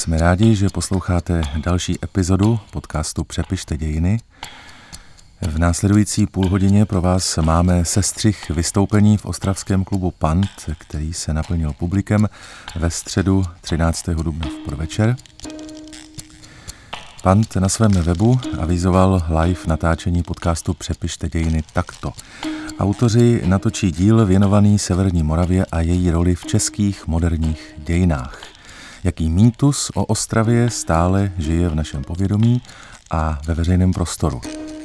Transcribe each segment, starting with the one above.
Jsme rádi, že posloucháte další epizodu podcastu Přepište dějiny. V následující půlhodině pro vás máme sestřih vystoupení v ostravském klubu Pant, který se naplnil publikem ve středu 13. dubna v podvečer. Pant na svém webu avizoval live natáčení podcastu Přepište dějiny takto. Autoři natočí díl věnovaný Severní Moravě a její roli v českých moderních dějinách. Jaký mýtus o Ostravě stále žije v našem povědomí a ve veřejném prostoru.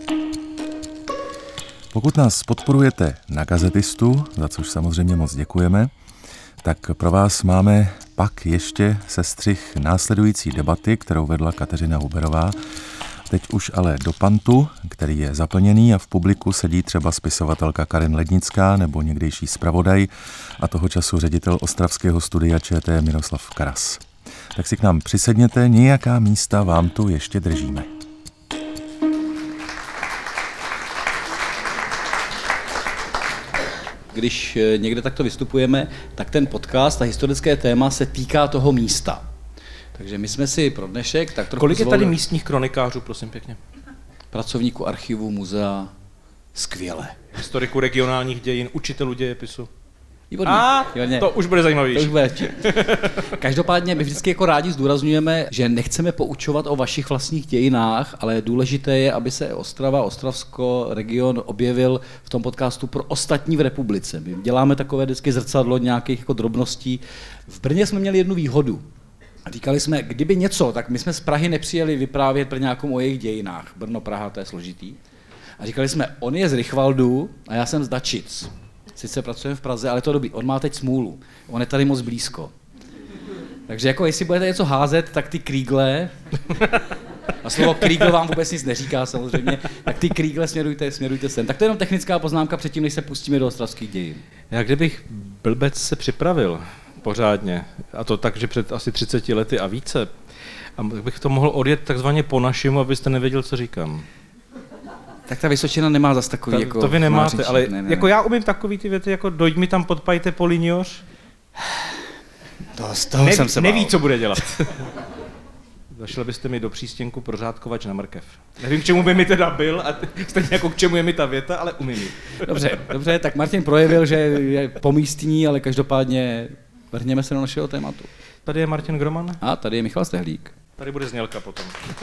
Pokud nás podporujete na Gazetistu, za což samozřejmě moc děkujeme, tak pro vás máme pak ještě sestřih následující debaty, kterou vedla Kateřina Huberová. Teď už ale do Pantu, který je zaplněný a v publiku sedí třeba spisovatelka Karin Lednická nebo někdejší zpravodaj a toho času ředitel ostravského studia ČT Miroslav Karas. Tak si k nám přisedněte, nějaká místa vám tu ještě držíme. Když někde takto vystupujeme, tak ten podcast a historické téma se týká toho místa. Takže my jsme si pro dnešek tak trochu Kolik je tady místních kronikářů, prosím pěkně? Pracovníků archivu, muzea, skvěle. Historiků regionálních dějin, učitelů dějepisu. Výborně. To už bude zajímavější. To už bude. Každopádně my vždycky jako rádi zdůrazňujeme, že nechceme poučovat o vašich vlastních dějinách, ale důležité je, aby se Ostrava, Ostravsko, region objevil v tom podcastu pro ostatní v republice. My děláme takové vždycky zrcadlo nějakých jako drobností. V Brně jsme měli jednu výhodu. A říkali jsme, kdyby něco, tak my jsme z Prahy nepřijeli vyprávět Brňákům o jejich dějinách. Brno, Praha, to je složitý. A říkali jsme, on je z Rychvaldu a já jsem z Dačic. Sice pracujeme v Praze, ale to dobrý. On má teď smůlu. On je tady moc blízko. Takže jako jestli budete něco házet, tak ty krýgle, a slovo krýgl vám vůbec nic neříká samozřejmě, tak ty krýgle směrujte sem. Tak to je jenom technická poznámka předtím, než se pustíme do ostravských dějin. Já kdybych blbec se připravil pořádně, a to tak, že před asi 30 lety a více, a bych to mohl odjet takzvaně po našemu, abyste nevěděl, co říkám. Tak ta Vysočina nemá zas takový jako... To vy nemáte, řečí, ale ne. jako já umím takový ty věty, jako dojď mi tam podpajte polinoř. Z toho jsem se neví, co bude dělat. Zašel byste mi do přístěnku prořádkovač na mrkev. Nevím, k čemu by mi teda byl, a stejně jako k čemu je mi ta věta, ale umím ji. Dobře, tak Martin projevil, že je pomístní, ale každopádně vrhněme se do našeho tématu. Tady je Martin Groman. A tady je Michal Stehlík. Tady bude znělka potom.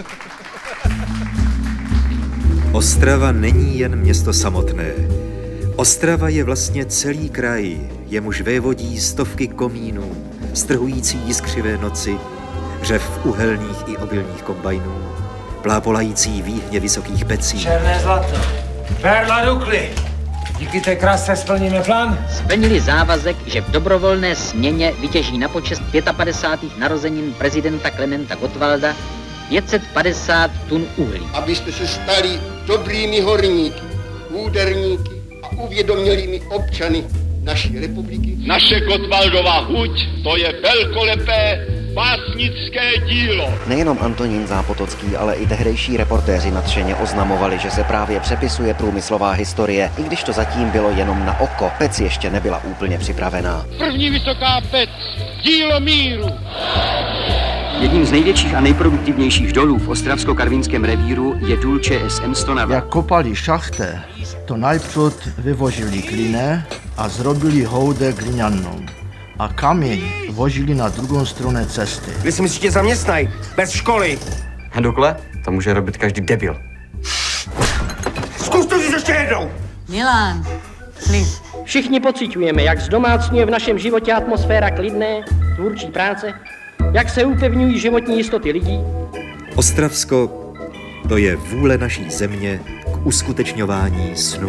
Ostrava není jen město samotné. Ostrava je vlastně celý kraj, jemuž vévodí stovky komínů, strhující jiskřivé noci, řev uhelných i obilních kombajnů, plápolající výhně vysokých pecí. Černé zlato, perla Dukly. Díky té krásce splníme plán? Splnili závazek, že v dobrovolné směně vytěží na počest 55. narozenin prezidenta Klementa Gottwalda 550 tun uhlí. Abyste se stali dobrými horníky, úderníky a uvědomělými občany naší republiky. Naše Gottwaldova huť, to je velkolepé básnické dílo. Nejenom Antonín Zápotocký, ale i tehdejší reportéři nadšeně oznamovali, že se právě přepisuje průmyslová historie, i když to zatím bylo jenom na oko. Pec ještě nebyla úplně připravená. První vysoká pec, dílo míru. Jedním z největších a nejproduktivnějších dolů v ostravsko-karvinském revíru je důl ČSM Stonava. Jak kopali šachtę, to najprzód wyvozili klinę, a zrobili hołdę glinianą. A kamień wozili na drugą stronę cesty. Vy si myslíte zaměstnaj, bez školy. A Dukle? To může robit každý debil. Zkus to říct ještě jednou. Milan, klid. Všichni pociťujeme, jak zdomácňuje v našem životě atmosféra klidné, tvůrčí práce, jak se upevňují životní jistoty lidí. Ostravsko, to je vůle naší země k uskutečňování snů.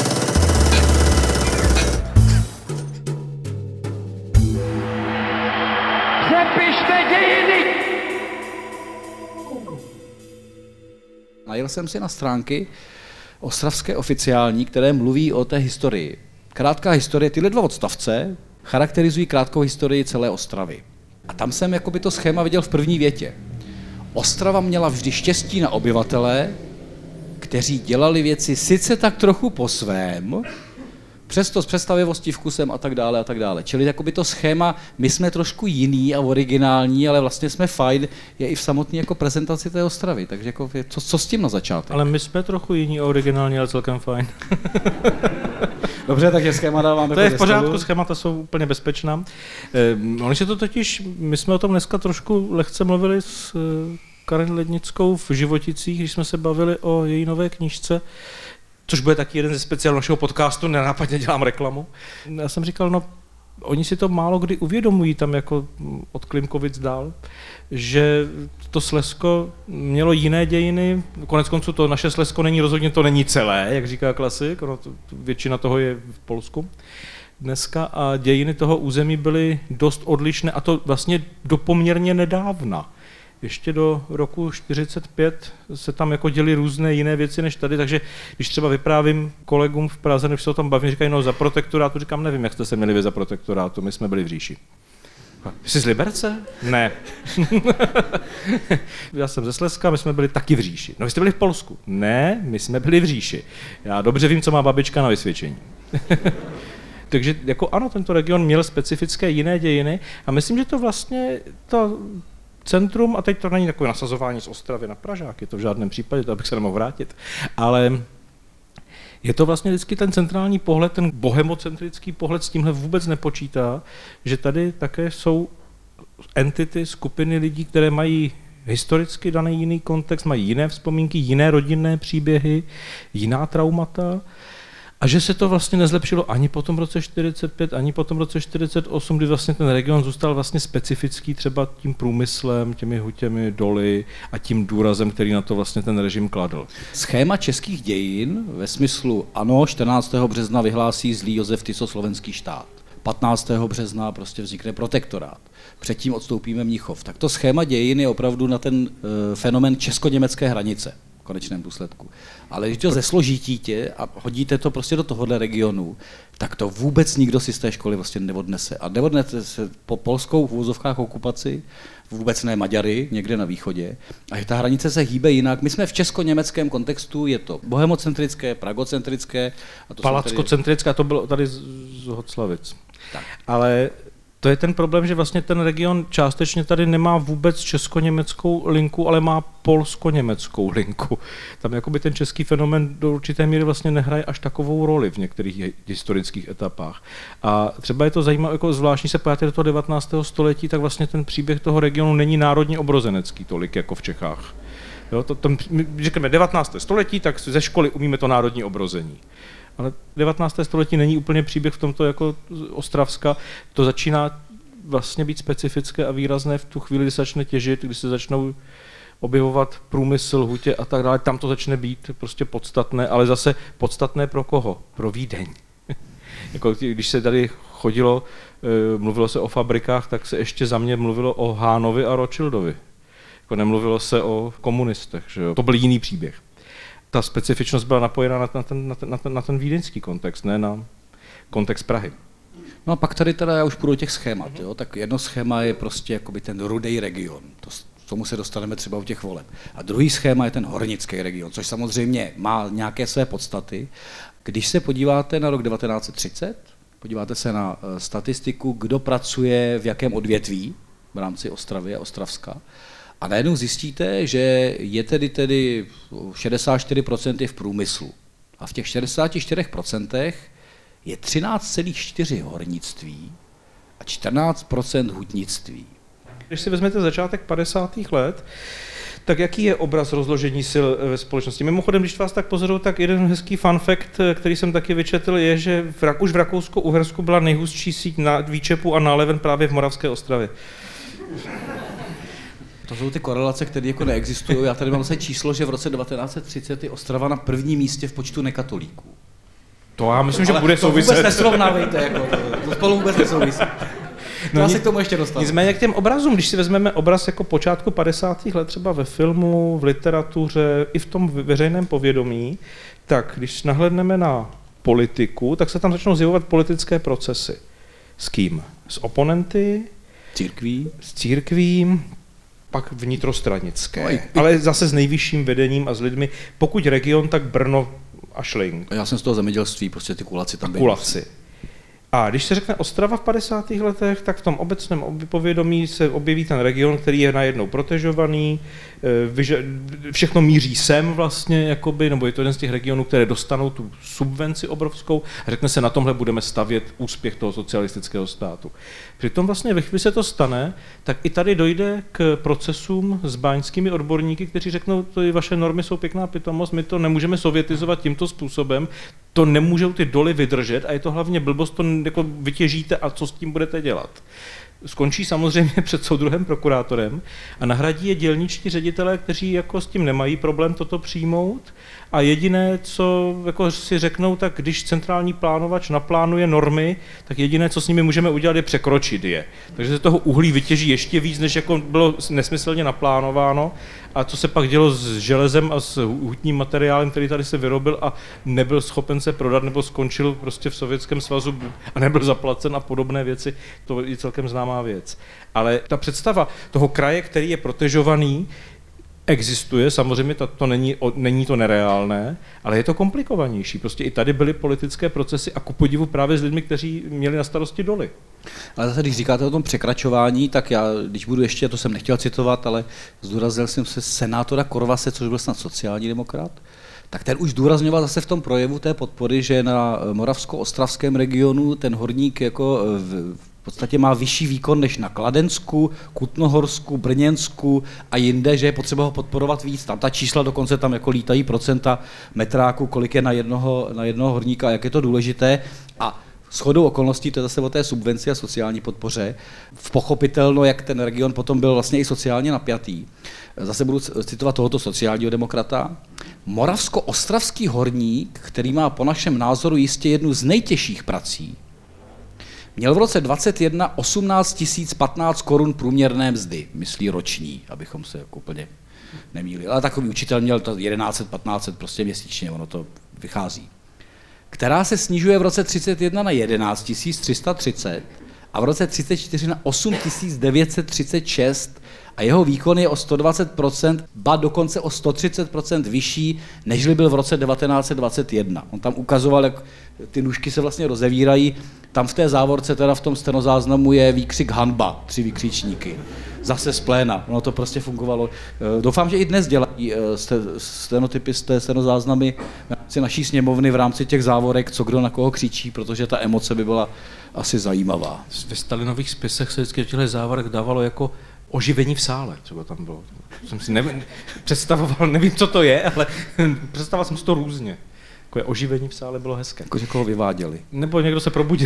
Přepište dějiny! Najel jsem si na stránky ostravské oficiální, které mluví o té historii. Krátká historie, tyhle 2 odstavce charakterizují krátkou historii celé Ostravy. A tam jsem jakoby to schéma viděl v první větě. Ostrava měla vždy štěstí na obyvatele, kteří dělali věci sice tak trochu po svém, Přesto s představivostí, vkusem a tak dále a tak dále. Čili jakoby to schéma, my jsme trošku jiný a originální, ale vlastně jsme fajn, je i v samotné jako prezentaci té Ostravy. Takže jako, co s tím na začátek? Ale my jsme trochu jiní a originální, ale celkem fajn. Dobře, takže schéma dáváme. To je v pořádku, schémata jsou úplně bezpečná. Oni se to totiž, my jsme o tom dneska trošku lehce mluvili s Karen Lednickou v Životicích, když jsme se bavili o její nové knížce, což bude taky jeden ze speciálů našeho podcastu, nenápadně dělám reklamu. Já jsem říkal, no, oni si to málo kdy uvědomují tam jako od Klimkovic dál, že to Slezsko mělo jiné dějiny, konec konců to naše Slezsko není rozhodně, to není celé, jak říká klasik, většina toho je v Polsku dneska a dějiny toho území byly dost odlišné a to vlastně do poměrně nedávna. Ještě do roku 1945 se tam jako děly různé jiné věci než tady, takže když třeba vyprávím kolegům v Praze, než se o tom bavím, říkají, no za protektorátu, říkám, nevím, jak jste se měli vy za protektorátu, my jsme byli v říši. Jsi z Liberce? Ne. Já jsem ze Slezska, my jsme byli taky v říši. No vy jste byli v Polsku? Ne, my jsme byli v říši. Já dobře vím, co má babička na vysvědčení. Takže jako ano, tento region měl specifické jiné dějiny a myslím, že to vlastně to centrum, a teď to není takové nasazování z Ostravy na Pražák, je to v žádném případě, to abych se nemohl vrátit, ale je to vlastně vždycky ten centrální pohled, ten bohemocentrický pohled s tímhle vůbec nepočítá, že tady také jsou entity, skupiny lidí, které mají historicky daný jiný kontext, mají jiné vzpomínky, jiné rodinné příběhy, jiná traumata, a že se to vlastně nezlepšilo ani po tom roce 45, ani po tom roce 48, kdy vlastně ten region zůstal vlastně specifický třeba tím průmyslem, těmi hutěmi, doly a tím důrazem, který na to vlastně ten režim kladl. Schéma českých dějin ve smyslu ano, 14. března vyhlásí zlý Josef Tiso slovenský štát. 15. března prostě vznikne protektorát. Předtím odstoupíme Mnichov. Tak to schéma dějin je opravdu na ten fenomén česko-německé hranice. V konečném důsledku. Ale když to zesložítíte a hodíte to prostě do tohohle regionu, tak to vůbec nikdo si z té školy vlastně neodnese. A neodnese se po polskou v úvozovkách okupaci, vůbec ne Maďary, někde na východě. A že ta hranice se hýbe jinak. My jsme v česko-německém kontextu, je to bohemocentrické, pragocentrické. Palackocentrické, a to bylo tady z Hoclavic. Tak. Ale to je ten problém, že vlastně ten region částečně tady nemá vůbec česko-německou linku, ale má polsko-německou linku. Tam jakoby ten český fenomén do určité míry vlastně nehraje až takovou roli v některých historických etapách. A třeba je to zajímavé, jako zvláštní se podíváte do toho 19. století, tak vlastně ten příběh toho regionu není národně obrozenecký tolik jako v Čechách. Jo, řekneme 19. století, tak ze školy umíme to národní obrození. Ale 19. století není úplně příběh v tomto jako Ostravska. To začíná vlastně být specifické a výrazné v tu chvíli, kdy se začne těžit, kdy se začnou objevovat průmysl, hutě a tak dále. Tam to začne být prostě podstatné, ale zase podstatné pro koho? Pro Vídeň. Jako když se tady chodilo, mluvilo se o fabrikách, tak se ještě za mě mluvilo o Hánovi a Rothschildovi. Jako nemluvilo se o komunistech. Že jo? To byl jiný příběh. Ta specifičnost byla napojena na ten vídeňský kontext, ne na kontext Prahy. No a pak tady teda já už půjdu do těch schémat. Jo? Tak jedno schéma je prostě jakoby ten rudej region. Tomu se dostaneme třeba u těch voleb. A druhý schéma je ten hornický region, což samozřejmě má nějaké své podstaty. Když se podíváte na rok 1930, podíváte se na statistiku, kdo pracuje v jakém odvětví v rámci Ostravy a Ostravska, a najednou zjistíte, že je tedy 64% je v průmyslu. A v těch 64% je 13,4% hornictví a 14% hutnictví. Když si vezmete začátek 50. let, tak jaký je obraz rozložení sil ve společnosti? Mimochodem, když vás tak pozoruju, tak jeden hezký fun fact, který jsem taky vyčetl, je, že už v Rakousku-Uhersku byla nejhustší síť výčepů a náleven právě v Moravské Ostravě. To jsou ty korelace, které jako neexistují. Já tady mám se číslo, že v roce 1930 je Ostrava na prvním místě v počtu nekatolíků. To já myslím, že bude souviset. To vůbec nesrovnávejte, jako to spolu vůbec nesouvisí. Já se k tomu ještě dostanu. Nicméně k těm obrazům, když si vezmeme obraz jako počátku 50. let třeba ve filmu, v literatuře, i v tom veřejném povědomí, tak když nahlédneme na politiku, tak se tam začnou zjevovat politické procesy. S kým? S oponenty, s církví, pak vnitrostranické, ale zase s nejvyšším vedením a s lidmi. Pokud region, tak Brno Ašling. Já jsem z toho zemědělství, prostě ty kulaci tam byly. Kulaci. A když se řekne Ostrava v 50. letech, tak v tom obecném povědomí se objeví ten region, který je najednou protežovaný, všechno míří sem vlastně, jakoby, nebo je to jeden z těch regionů, které dostanou tu subvenci obrovskou a řekne se, na tomhle budeme stavět úspěch toho socialistického státu. Přitom vlastně ve chvíli se to stane, tak i tady dojde k procesům s báňskými odborníky, kteří řeknou, že vaše normy jsou pěkná pitomost, my to nemůžeme sovětizovat tímto způsobem, to nemůžou ty doly vydržet a je to hlavně blbost, to jako vytěžíte a co s tím budete dělat. Skončí samozřejmě před soudruhem prokurátorem a nahradí je dělničtí ředitelé, kteří jako s tím nemají problém toto přijmout a jediné, co jako si řeknou, tak když centrální plánovač naplánuje normy, tak jediné, co s nimi můžeme udělat, je překročit je. Takže se toho uhlí vytěží ještě víc, než jako bylo nesmyslně naplánováno a co se pak dělo s železem a s hutním materiálem, který tady se vyrobil a nebyl schopen se prodat nebo skončil prostě v Sovětském svazu a nebyl zaplacen a podobné věci, to je celkem známá věc. Ale ta představa toho kraje, který je protežovaný, existuje, samozřejmě to není to nereálné, ale je to komplikovanější. Prostě i tady byly politické procesy a ku podivu právě s lidmi, kteří měli na starosti doly. Ale zase, když říkáte o tom překračování, tak já, když budu ještě, to jsem nechtěl citovat, ale zdůraznil jsem se senátora Korvase, což byl snad sociální demokrat, tak ten už zdůrazňoval zase v tom projevu té podpory, že na moravsko-ostravském regionu ten horník jako v podstatě má vyšší výkon než na Kladensku, Kutnohorsku, Brněnsku a jinde, že je potřeba ho podporovat víc. Tam ta čísla dokonce tam jako lítají procenta metráku, kolik je na jednoho horníka a jak je to důležité. A shodou okolností, to je zase o té subvenci a sociální podpoře, pochopitelno, jak ten region potom byl vlastně i sociálně napjatý. Zase budu citovat tohoto sociálního demokrata. Moravsko-ostravský horník, který má po našem názoru jistě jednu z nejtěžších prací, měl v roce 2021 18 015 korun průměrné mzdy, myslí roční, abychom se jako úplně nemýlili. Ale takový učitel měl to 1100-1500 prostě měsíčně, ono to vychází. Která se snižuje v roce 31 na 11 330 a v roce 34 na 8 936 a jeho výkon je o 120%, ba dokonce o 130% vyšší, než byl v roce 1921. On tam ukazoval, jak ty nůžky se vlastně rozevírají. Tam v té závorce, teda v tom stenozáznamu je výkřik hanba, 3 vykřičníky. Zase z pléna, ono to prostě fungovalo. Doufám, že i dnes dělají stenotypy z té stenozáznamy v rámci naší sněmovny v rámci těch závorek, co kdo na koho křičí, protože ta emoce by byla asi zajímavá. Ve Stalinových spisech se vždycky těchto závorek dávalo jako oživení v sále, třeba tam bylo. Jsem si představoval, nevím, co to je, ale představoval jsem si to různě. Takové oživení v sále bylo hezké. Jako, že koho vyváděli. Nebo někdo se probudil.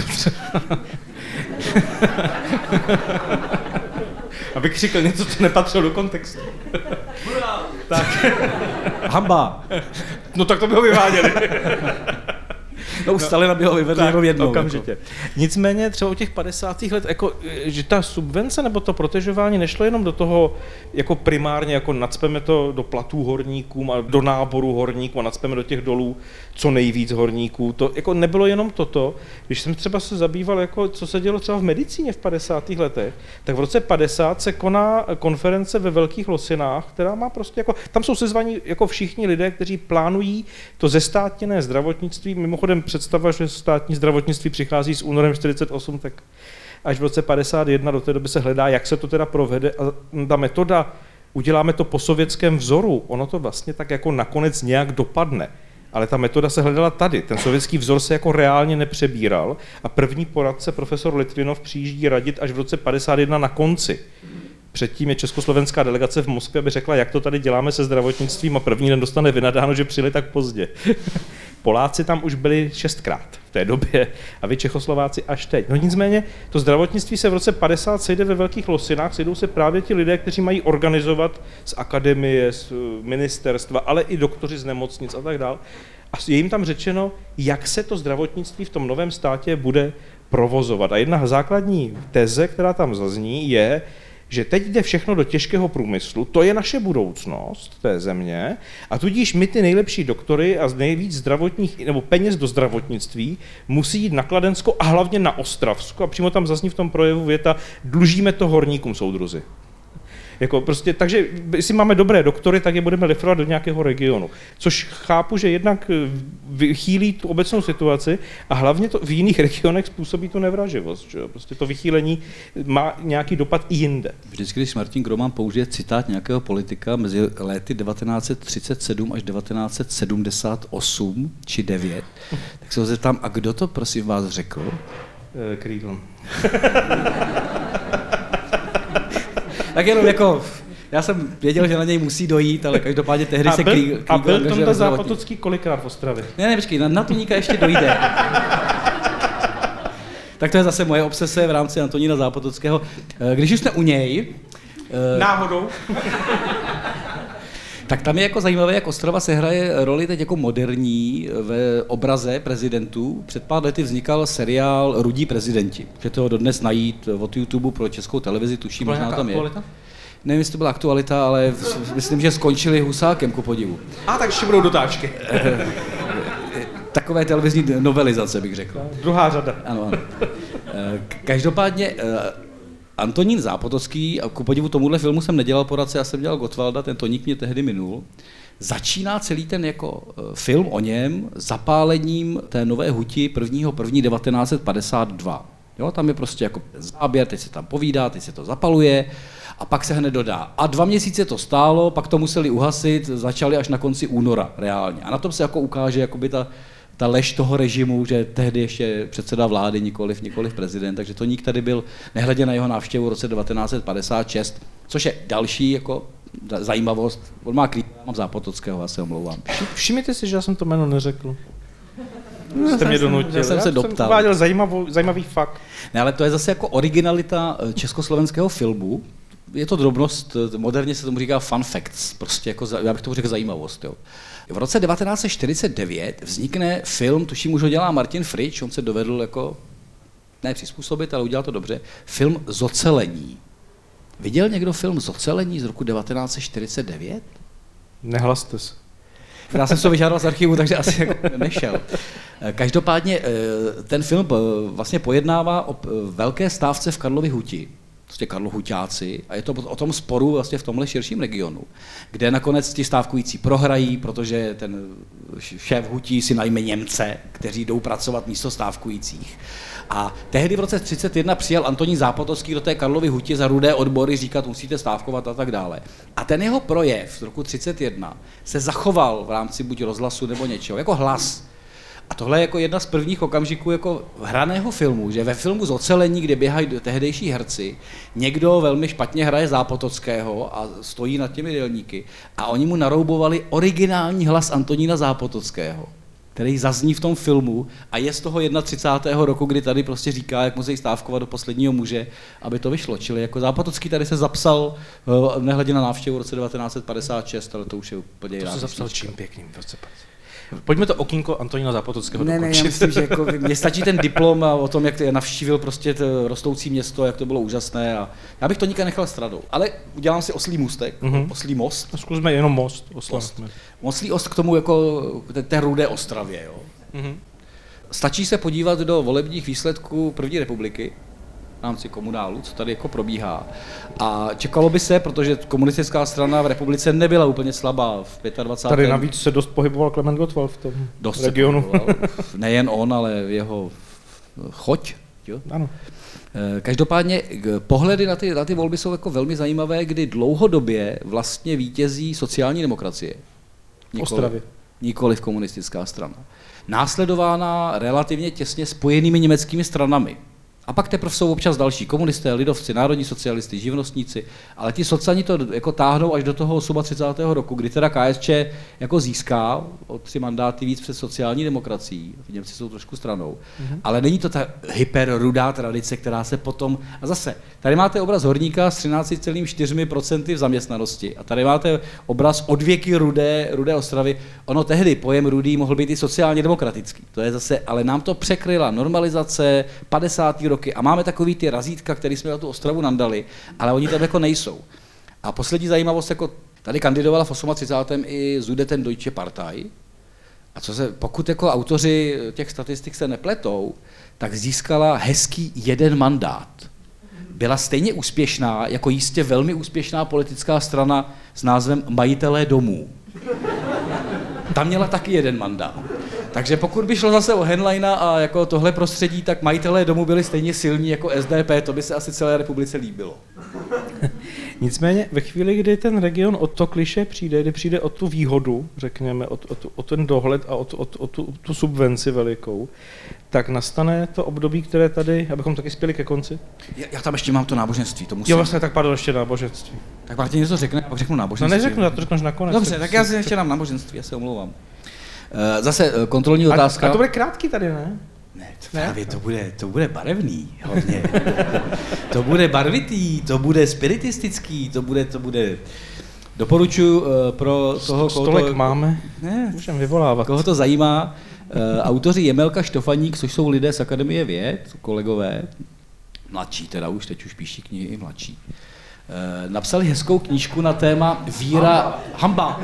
A vykřikl něco, co nepatřilo do kontextu. Tak. Hamba. No tak to by ho vyváděli. No u Stalina by ho vyvedli jenom jednou. Okamžitě. Jako. Nicméně třeba u těch 50. let, jako, že ta subvence nebo to protežování nešlo jenom do toho jako primárně, jako nacpeme to do platů horníkům a do náboru horníků a nacpeme do těch dolů co nejvíc horníků. To jako nebylo jenom toto. Když jsem třeba se zabýval, jako, co se dělo třeba v medicíně v 50. letech, tak v roce 50 se koná konference ve Velkých Losinách, která má prostě jako, tam jsou sezvaní jako všichni lidé, kteří plánují to zestátněné zdravotnictví. Mimochodem představa, že státní zdravotnictví přichází s únorem 48, tak až v roce 51 do té doby se hledá, jak se to teda provede a ta metoda, uděláme to po sovětském vzoru, ono to vlastně tak jako nakonec nějak dopadne. Ale ta metoda se hledala tady, ten sovětský vzor se jako reálně nepřebíral a první poradce profesor Litvinov přijíždí radit až v roce 51 na konci. Předtím je československá delegace v Moskvě, aby řekla, jak to tady děláme se zdravotnictvím a první den dostane vynadáno, že přijeli tak pozdě. Poláci tam už byli 6krát v té době a vy Čechoslováci až teď. No nicméně to zdravotnictví se v roce 50 sejde ve Velkých Losinách, sejdou se právě ti lidé, kteří mají organizovat z akademie, z ministerstva, ale i doktoři z nemocnic a tak dál. A je jim tam řečeno, jak se to zdravotnictví v tom novém státě bude provozovat. A jedna základní teze, která tam zazní, je, že teď jde všechno do těžkého průmyslu, to je naše budoucnost té země a tudíž my ty nejlepší doktory a nejvíc zdravotních nebo peněz do zdravotnictví musí jít na Kladensko a hlavně na Ostravsko a přímo tam zazní v tom projevu věta, dlužíme to horníkům, soudruzi. Jako prostě, takže jestli máme dobré doktory, tak je budeme referovat do nějakého regionu. Což chápu, že jednak vychýlí tu obecnou situaci a hlavně to v jiných regionech způsobí tu nevraživost. Že? Prostě to vychýlení má nějaký dopad i jinde. Vždycky, když Martin Groman použije citát nějakého politika mezi léty 1937 až 1978 či 9, tak se ho zeptám, a kdo to prosím vás řekl? Krídl. Tak jenom jako, já jsem věděl, že na něj musí dojít, ale každopádně tehdy se Krígl A byl Tonda Zápotocký kolikrát v Ostravě? Ne, počkej, na Toníka ještě dojde. Tak to je zase moje obsese v rámci Antonína Zápotockého. Když už jsme u něj... Náhodou. Tak tam je jako zajímavé, jak Ostrava sehraje roli teď jako moderní ve obraze prezidentů. Před pár lety vznikal seriál Rudí prezidenti. Můžete ho dodnes najít od YouTube pro Českou televizi, tuším, možná tam je. Nevím, jestli to byla aktualita, ale myslím, že skončili Husákem, ku podivu. A tak ještě budou dotáčky. Takové televizní novelizace, bych řekl. Druhá řada. Ano. Každopádně Antonín Zápotocký, a ku podivu tomuhle filmu jsem nedělal poradce, já jsem dělal Gottwalda, ten Toník mě tehdy minul, začíná celý ten jako film o něm zapálením té Nové huti 1.1.1952. Jo, tam je prostě jako záběr, teď se tam povídá, teď se to zapaluje a pak se hned dodá. A 2 měsíce to stálo, pak to museli uhasit, začali až na konci února reálně. A na tom se jako ukáže jakoby ta lež toho režimu, že tehdy ještě předseda vlády, nikoliv prezident, takže Toník tady byl, nehledě na jeho návštěvu v roce 1956, což je další jako zajímavost. On má Krígla, mám Zápotockého, já se omlouvám. Všimněte si, že já jsem to jméno neřekl. Jste mě donutil. Já jsem se doptal. Jsem uváděl zajímavý fakt. Ne, ale to je zase jako originalita československého filmu. Je to drobnost, moderně se tomu říká fun facts, prostě jako, já bych tomu řekl zajímavost. Jo. V roce 1949 vznikne film, tuším už ho dělá Martin Fritsch, on se dovedl jako, ne přizpůsobit, ale udělal to dobře, film Zocelení. Viděl někdo film Zocelení z roku 1949? Nehlaste se. Já jsem se vyžádal z archivu, takže asi jako nešel. Každopádně ten film vlastně pojednává o velké stávce v Karlově Huti, prostě Karlohuťáci, a je to o tom sporu vlastně v tomhle širším regionu, kde nakonec ti stávkující prohrají, protože ten šéf hutí si najme Němce, kteří jdou pracovat místo stávkujících. A tehdy v roce 1931 přijal Antonín Zápotocký do té Karlovy Hutě za rudé odbory říkat, musíte stávkovat a tak dále. A ten jeho projev z roku 1931 se zachoval v rámci buď rozhlasu nebo něčeho, jako hlas. A tohle je jako jedna z prvních okamžiků jako hraného filmu, že ve filmu Zocelení, kde běhají tehdejší herci, někdo velmi špatně hraje Zápotockého a stojí nad těmi dělníky a oni mu naroubovali originální hlas Antonína Zápotockého, který zazní v tom filmu a je z toho 31. roku, kdy tady prostě říká, jak musí stávkovat do posledního muže, aby to vyšlo. Čili jako Zápotocký tady se zapsal, nehledě na návštěvu v roce 1956, ale to už je úplně jiná. To se zapsal čím pěkným v roce 50. Pojďme to okýnko Antonína Zápotockého dokončit. Ne, já myslím, že jako, mně stačí ten diplom a o tom, jak navštívil prostě to rostoucí město, jak to bylo úžasné. A já bych Toníka nechal stranou. Ale udělám si oslí můstek, oslí most. Zkusme jenom most. Oslí ost k tomu jako té rudé Ostravě. Jo. Stačí se podívat do volebních výsledků první republiky v rámci komunálu, co tady jako probíhá. A čekalo by se, protože komunistická strana v republice nebyla úplně slabá v 25. Tady navíc se dost pohyboval Klement Gottwald v tom regionu. Nejen on, ale jeho choť. Jo? Ano. Každopádně pohledy na ty volby jsou jako velmi zajímavé, kdy dlouhodobě vlastně vítězí sociální demokracie. Nikoliv komunistická strana. Následována relativně těsně spojenými německými stranami. A pak teprve jsou občas další komunisté, lidovci, národní socialisty, živnostníci, ale ti socani to jako táhnou až do toho 38. roku, kdy teda KSČ jako získá o 3 mandáty víc před sociální demokracií. Němci jsou trošku stranou. Ale není to ta hyperrudá tradice, která se potom... A zase, tady máte obraz horníka s 13,4% v zaměstnanosti a tady máte obraz odvěky rudé Ostravy. Ono tehdy pojem rudý mohl být i sociálně demokratický. To je zase, ale nám to překryla normalizace, 50. roky a máme takový ty razítka, který jsme na tu Ostravu nandali, ale oni tam jako nejsou. A poslední zajímavost, jako tady kandidovala v 38. i Sudeten Deutsche Partei. A pokud jako autoři těch statistik se nepletou, tak získala hezký 1 mandát. byla stejně úspěšná, jako jistě velmi úspěšná politická strana s názvem Majitelé domů. Tam měla taky jeden mandát. Takže pokud by šlo zase o Henleina a jako tohle prostředí, tak Majitelé domů byli stejně silní jako SDP, to by se asi celé republice líbilo. Nicméně ve chvíli, kdy ten region o to klišé přijde, kdy přijde o tu výhodu, řekněme, o ten dohled a o tu subvenci velikou, tak nastane to období, které tady, abychom taky spěli ke konci. Já tam ještě mám to náboženství, to musím. Jo, vlastně, tak pardon, ještě náboženství. Tak Martin něco řekne, pak řeknu náboženství. No neřeknu, já to řeknu nakonec. Dobře, tak já si ještě dám náboženství, já se omlouvám. Zase kontrolní otázka. A to bude krátký tady, ne? Ne, právě to bude barevný hodně. To bude barvitý, to bude spiritistický, to bude. Doporučuji pro toho, stolek máme, můžeme vyvolávat. Koho to zajímá, autoři Jemelka Štofaník, což jsou lidé z Akademie věd, kolegové, mladší teda už, teď už píší knihy i mladší, napsali hezkou knížku na téma víra... Hamba!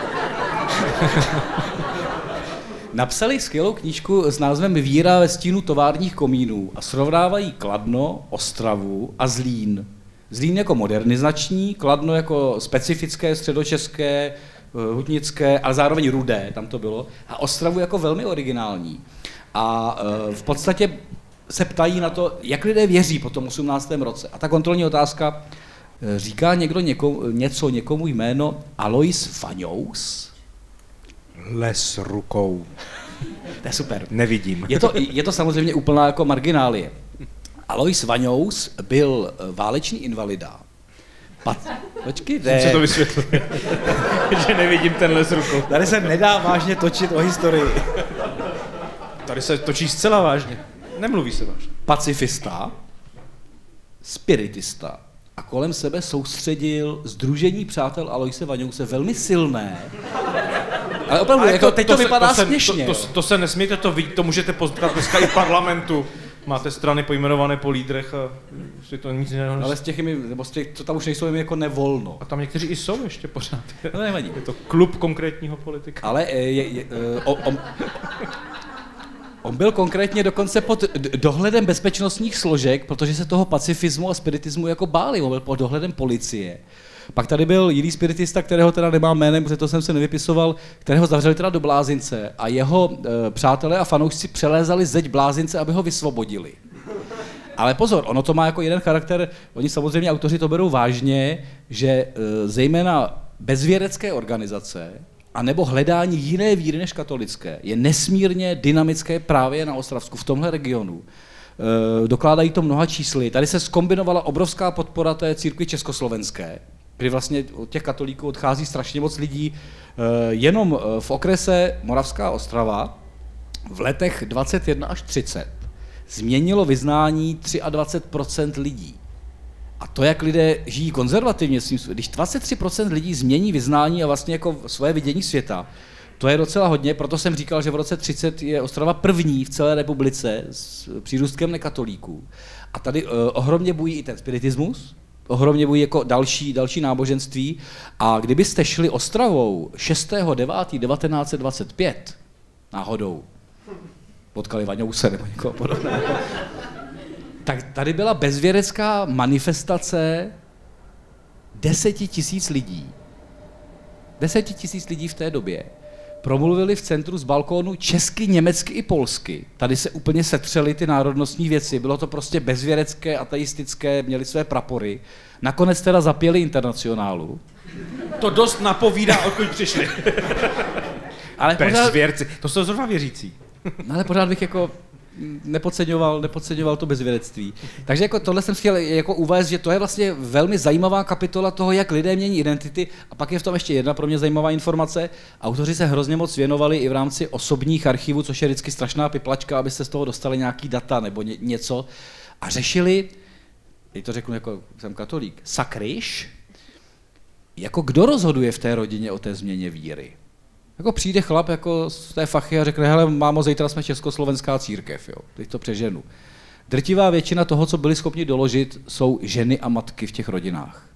Napsali skvělou knížku s názvem Víra ve stínu továrních komínů a srovnávají Kladno, Ostravu a Zlín. Zlín jako modernizační, Kladno jako specifické, středočeské, hutnické, ale zároveň rudé, tam to bylo, a Ostravu jako velmi originální. A v podstatě se ptají na to, jak lidé věří po tom 18. roce. A ta kontrolní otázka, říká někdo něco někomu jméno Alois Faňous? Les rukou. To je super. Nevidím. Je to samozřejmě úplná jako marginálie. Alois Vaňous byl válečný invalida. Počkej, ne. Co to vysvětluje? Že nevidím ten les rukou. Tady se nedá vážně točit o historii. Tady se točí zcela vážně. Nemluví se vážně. Pacifista, spiritista a kolem sebe soustředil Sdružení přátel Aloise Vaňouse velmi silné. Ale opravdu, jako teď to vypadá směšně. To se nesmějte, to můžete poznat dneska i v parlamentu. Máte strany pojmenované po lídrech a si to nic jiného. Ale z těch, co tam už nejsou, jako nevolno. A tam někteří i jsou ještě pořád. No nevadí. Je to klub konkrétního politika. Ale on byl konkrétně dokonce pod dohledem bezpečnostních složek, protože se toho pacifismu a spiritismu jako báli. On byl pod dohledem policie. Pak tady byl jiný spiritista, kterého teda nemám jménem, protože to jsem se nevypisoval, kterého zavřeli teda do blázince a jeho přátelé a fanoušci přelézali zeď blázince, aby ho vysvobodili. Ale pozor, ono to má jako jeden charakter, oni samozřejmě autoři to berou vážně, že zejména bezvěrecké organizace anebo hledání jiné víry než katolické je nesmírně dynamické právě na Ostravsku, v tomhle regionu. Dokládají to mnoha čísly. Tady se zkombinovala obrovská podpora té církvi československé, kdy vlastně od těch katolíků odchází strašně moc lidí. Jenom v okrese Moravská Ostrava v letech 21 až 30 změnilo vyznání 23% lidí. A to, jak lidé žijí konzervativně, když 23% lidí změní vyznání a vlastně jako svoje vidění světa, to je docela hodně, proto jsem říkal, že v roce 30 je Ostrava první v celé republice s přírůstkem nekatolíků. A tady ohromně bují i ten spiritismus, ohromně bují jako další náboženství. A kdybyste šli Ostravou 6.9.1925 náhodou, potkali Vaňouse nebo někoho podobného, tak tady byla bezvěrecká manifestace 10 000 lidí. 10 000 lidí v té době. Promluvili v centru z balkónu česky, německy i polsky. Tady se úplně setřely ty národnostní věci. Bylo to prostě bezvěrecké, ateistické, měli své prapory. Nakonec teda zapěli Internacionálu. To dost napovídá, odkud přišli. Ale bezvěrci, to jsou zrovna věřící. Ale pořád bych jako nepodceňoval to bezvěrectví. Takže jako tohle jsem chtěl jako uvést, že to je vlastně velmi zajímavá kapitola toho, jak lidé mění identity. A pak je v tom ještě jedna pro mě zajímavá informace. Autoři se hrozně moc věnovali i v rámci osobních archivů, což je vždycky strašná piplačka, aby se z toho dostali nějaký data nebo něco. A řešili, teď to řeknu jako jsem katolík, sakryš, jako kdo rozhoduje v té rodině o té změně víry. Jako přijde chlap jako z té fachy a řekne, hele mámo, zítra jsme československá církev, jo, teď to přeženu. Drtivá většina toho, co byli schopni doložit, jsou ženy a matky v těch rodinách.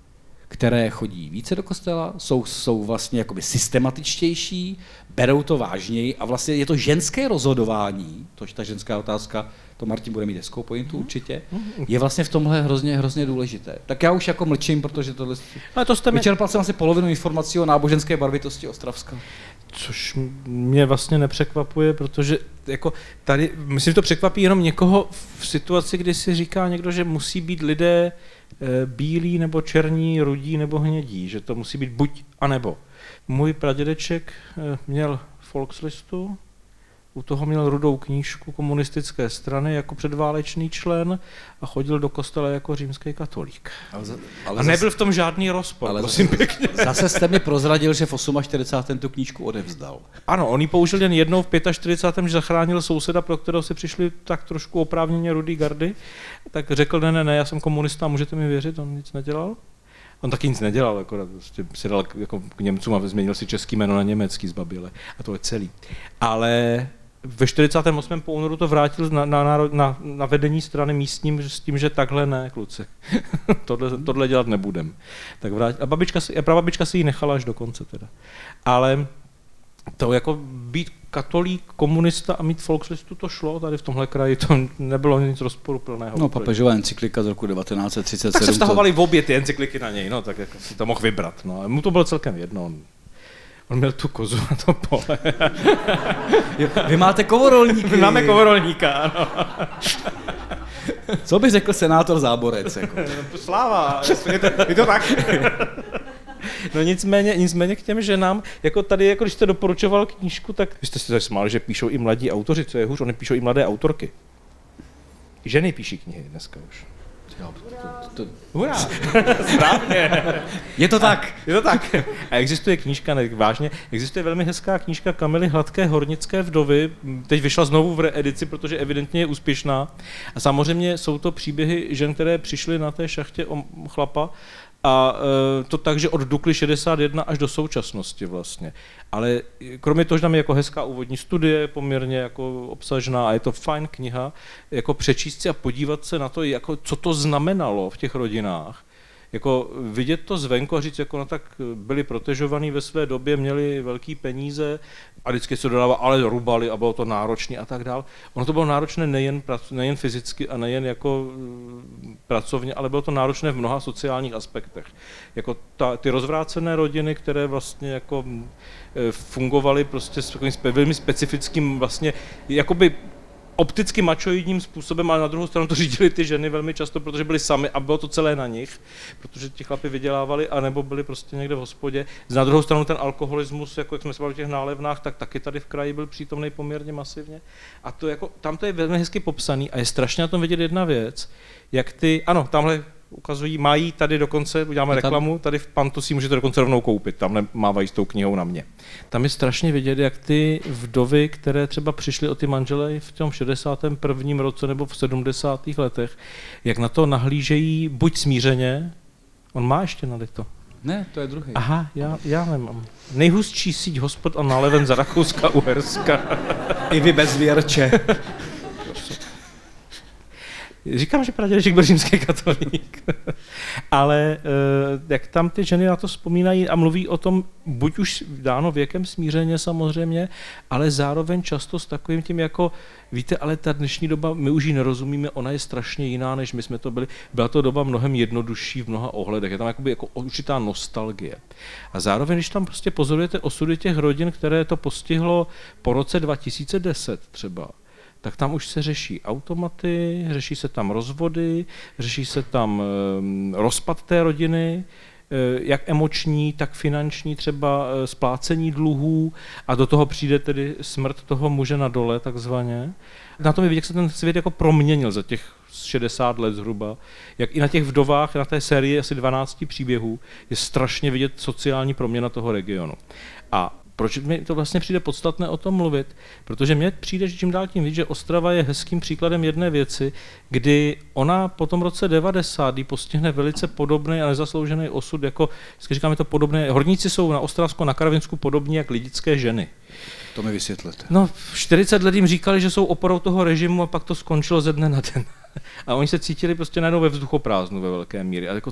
které chodí více do kostela, jsou vlastně jakoby systematičtější, berou to vážněji a vlastně je to ženské rozhodování, tož ta ženská otázka, to Martin bude mít hezkou pointu určitě, je vlastně v tomhle hrozně důležité. Tak já už jako mlčím, protože tohle... Vyčerpal jsem asi polovinu informací o náboženské barvitosti Ostravska. Což mě vlastně nepřekvapuje, protože jako tady, myslím, že to překvapí jenom někoho v situaci, kdy si říká někdo, že musí být lidé bílí nebo černí, rudí nebo hnědí, že to musí být buď a nebo. Můj pradědeček měl Volkslistu, u toho měl rudou knížku komunistické strany jako předválečný člen a chodil do kostela jako římský katolík. A nebyl v tom žádný rozpor, ale prosím pěkně. Zase jste mi prozradil, že v 48. tu knížku odevzdal. Ano, on ji použil jen jednou v 45. že zachránil souseda, pro kterého si přišli tak trošku oprávněně rudý gardy, tak řekl, ne, já jsem komunista, můžete mi věřit, on nic nedělal. On taky nic nedělal, akorát prostě si dal jako k Němcům a změnil si český jméno na německý zbabile. A to je celý. Ale ve 48. po únoru to vrátil na vedení strany místním s tím, že takhle ne, kluci. tohle dělat nebudem. Tak vrátil. A prababička si ji nechala až do konce teda. Ale to jako být katolík, komunista a mít Volkslistu, to šlo, tady v tomhle kraji to nebylo nic rozporuplného. No, papežová encyklika z roku 1937. Tak se vztahovaly v obě ty encykliky na něj, no, tak jako si to mohl vybrat. No. Mu to bylo celkem jedno. On měl tu kozu na to pole. Vy máte kovorolníky. My máme kovorolníka, ano. Co by řekl senátor Záborec? Jako? Sláva, je to tak. No nicméně k těm ženám, jako tady, jako když jste doporučoval knížku, tak vy jste si tady smáli, že píšou i mladí autoři, co je hůř, oni píšou i mladé autorky. I ženy píší knihy dneska už. Hurá, správně. Je to tak. A existuje knížka, ne, vážně, existuje velmi hezká knížka Kamily Hladké Hornické vdovy, teď vyšla znovu v reedici, protože evidentně je úspěšná. A samozřejmě jsou to příběhy žen, které přišly na té šachtě o chlapa, a to tak, že od Dukly 61 až do současnosti vlastně. Ale kromě toho, že tam je jako hezká úvodní studie, poměrně jako obsažná a je to fajn kniha, jako přečíst si a podívat se na to, jako, co to znamenalo v těch rodinách. Jako vidět to zvenku a říct, jako no tak byli protežovaní ve své době, měli velký peníze a vždycky se dodává, ale rubali a bylo to náročné a tak dál. Ono to bylo náročné nejen fyzicky a nejen jako pracovně, ale bylo to náročné v mnoha sociálních aspektech. Jako ty rozvrácené rodiny, které vlastně jako fungovaly prostě s takovým velmi specifickým vlastně jakoby opticky mačoidním způsobem, ale na druhou stranu to řídili ty ženy velmi často, protože byly sami a bylo to celé na nich, protože ti chlapi vydělávali anebo byli prostě někde v hospodě. Na druhou stranu ten alkoholismus, jako jak jsme se bavili o těch nálevnách, tak taky tady v kraji byl přítomný poměrně masivně. A to jako, tam to je velmi hezky popsaný a je strašně na tom vidět jedna věc, jak ty, ano, tamhle ukazují, mají tady dokonce, uděláme reklamu, tady v Pantu si můžete dokonce rovnou koupit, tamhle mávají s tou knihou na mě. Tam je strašně vidět, jak ty vdovy, které třeba přišly o ty manžele v tom 61. roce nebo v 70. letech, jak na to nahlížejí buď smířeně, on má ještě nalito. Ne, to je druhý. Aha, já nemám. Nejhustší síť hospod a náleven za Rakouska-Uherska. I vy bez věrče. Říkám, že pradědeček byl římský katolík. Ale jak tam ty ženy na to vzpomínají a mluví o tom, buď už dáno věkem smířeně samozřejmě, ale zároveň často s takovým tím jako, víte, ale ta dnešní doba, my už ji nerozumíme, ona je strašně jiná, než my jsme to byli. Byla to doba mnohem jednodušší v mnoha ohledech. Je tam jako určitá nostalgie. A zároveň, když tam prostě pozorujete osudy těch rodin, které to postihlo po roce 2010 třeba, tak tam už se řeší automaty, řeší se tam rozvody, řeší se tam rozpad té rodiny, jak emoční, tak finanční, třeba splácení dluhů a do toho přijde tedy smrt toho muže na dole, takzvaně. Na tom je vidět, jak se ten svět jako proměnil za těch 60 let zhruba, jak i na těch vdovách, na té sérii asi 12 příběhů je strašně vidět sociální proměna toho regionu. A proč mi to vlastně přijde podstatné o tom mluvit? Protože mně přijde, že čím dál tím víc, že Ostrava je hezkým příkladem jedné věci, kdy ona po tom roce 90. postihne velice podobný a nezasloužený osud, jako říkáme to podobné. Horníci jsou na Ostravsku, na Karvinsku podobní jak lidické ženy. To mi vysvětlete. No, 40 let jim říkali, že jsou oporou toho režimu a pak to skončilo ze dne na den. A oni se cítili prostě najednou ve vzduchoprázdnu ve velké míře. A jako,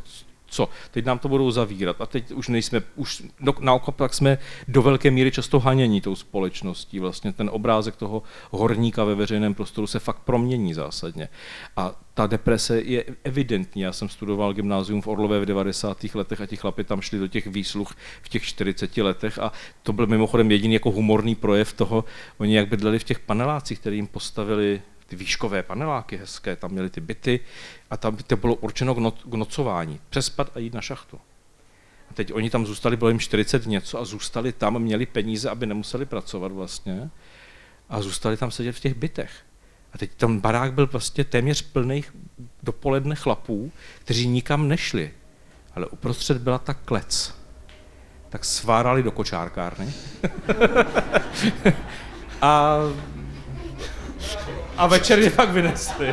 co? Teď nám to budou zavírat a teď už nejsme, naopak jsme do velké míry často hanění tou společností. Vlastně ten obrázek toho horníka ve veřejném prostoru se fakt promění zásadně. A ta deprese je evidentní. Já jsem studoval gymnázium v Orlové v 90. letech a ti chlapi tam šli do těch výsluh v těch 40 letech a to byl mimochodem jediný jako humorný projev toho, oni jak bydleli v těch panelácích, které jim postavili ty výškové paneláky hezké, tam měli ty byty a tam to bylo určeno k nocování, přespat a jít na šachtu. A teď oni tam zůstali, bylo jim 40 něco a zůstali tam, měli peníze, aby nemuseli pracovat vlastně a zůstali tam sedět v těch bytech. A teď ten barák byl vlastně téměř plný dopoledne chlapů, kteří nikam nešli, ale uprostřed byla ta klec. Tak svárali do kočárkárny a večer je pak vynesli.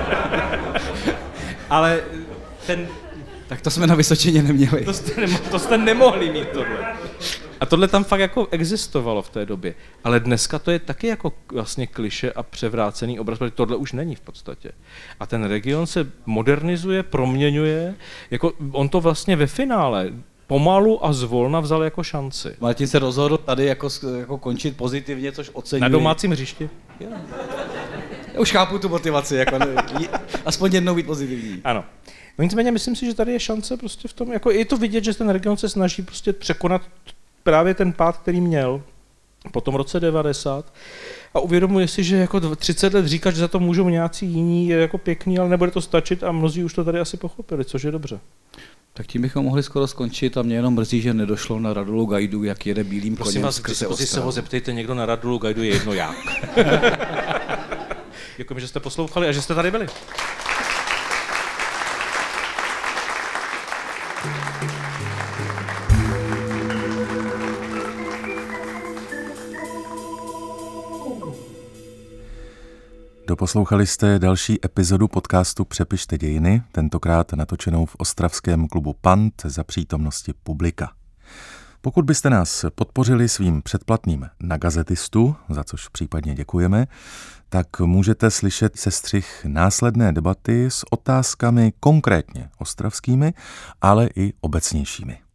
Ale ten... Tak to jsme na Vysočině neměli. To jste nemohli mít tohle. A tohle tam fakt jako existovalo v té době. Ale dneska to je taky jako vlastně klišé a převrácený obraz, protože tohle už není v podstatě. A ten region se modernizuje, proměňuje, jako on to vlastně ve finále pomalu a zvolna vzal jako šanci. Martin se rozhodl tady jako končit pozitivně, což oceňuji. Na domácím hřišti? Já už chápu tu motivaci, jako aspoň jednou být pozitivní. Ano. No nicméně myslím si, že tady je šance prostě v tom, jako je to vidět, že ten region se snaží prostě překonat právě ten pád, který měl po tom roce 90 a uvědomuje si, že jako 30 let říkat, že za to můžou nějací jiní, je jako pěkný, ale nebude to stačit a mnozí už to tady asi pochopili, což je dobře. Tak tím bychom mohli skoro skončit a mě jenom mrzí, že nedošlo na Radulu Gajdu, jak jede bílým koněm koněm skrze Ostravu. Se ho zeptejte někdo na Radulu Gajdu, je jedno jak. Děkujeme, že jste poslouchali a že jste tady byli. Doposlouchali jste další epizodu podcastu Přepište dějiny, tentokrát natočenou v ostravském klubu Pant za přítomnosti publika. Pokud byste nás podpořili svým předplatným na Gazetistu, za což případně děkujeme, tak můžete slyšet sestřih následné debaty s otázkami konkrétně ostravskými, ale i obecnějšími.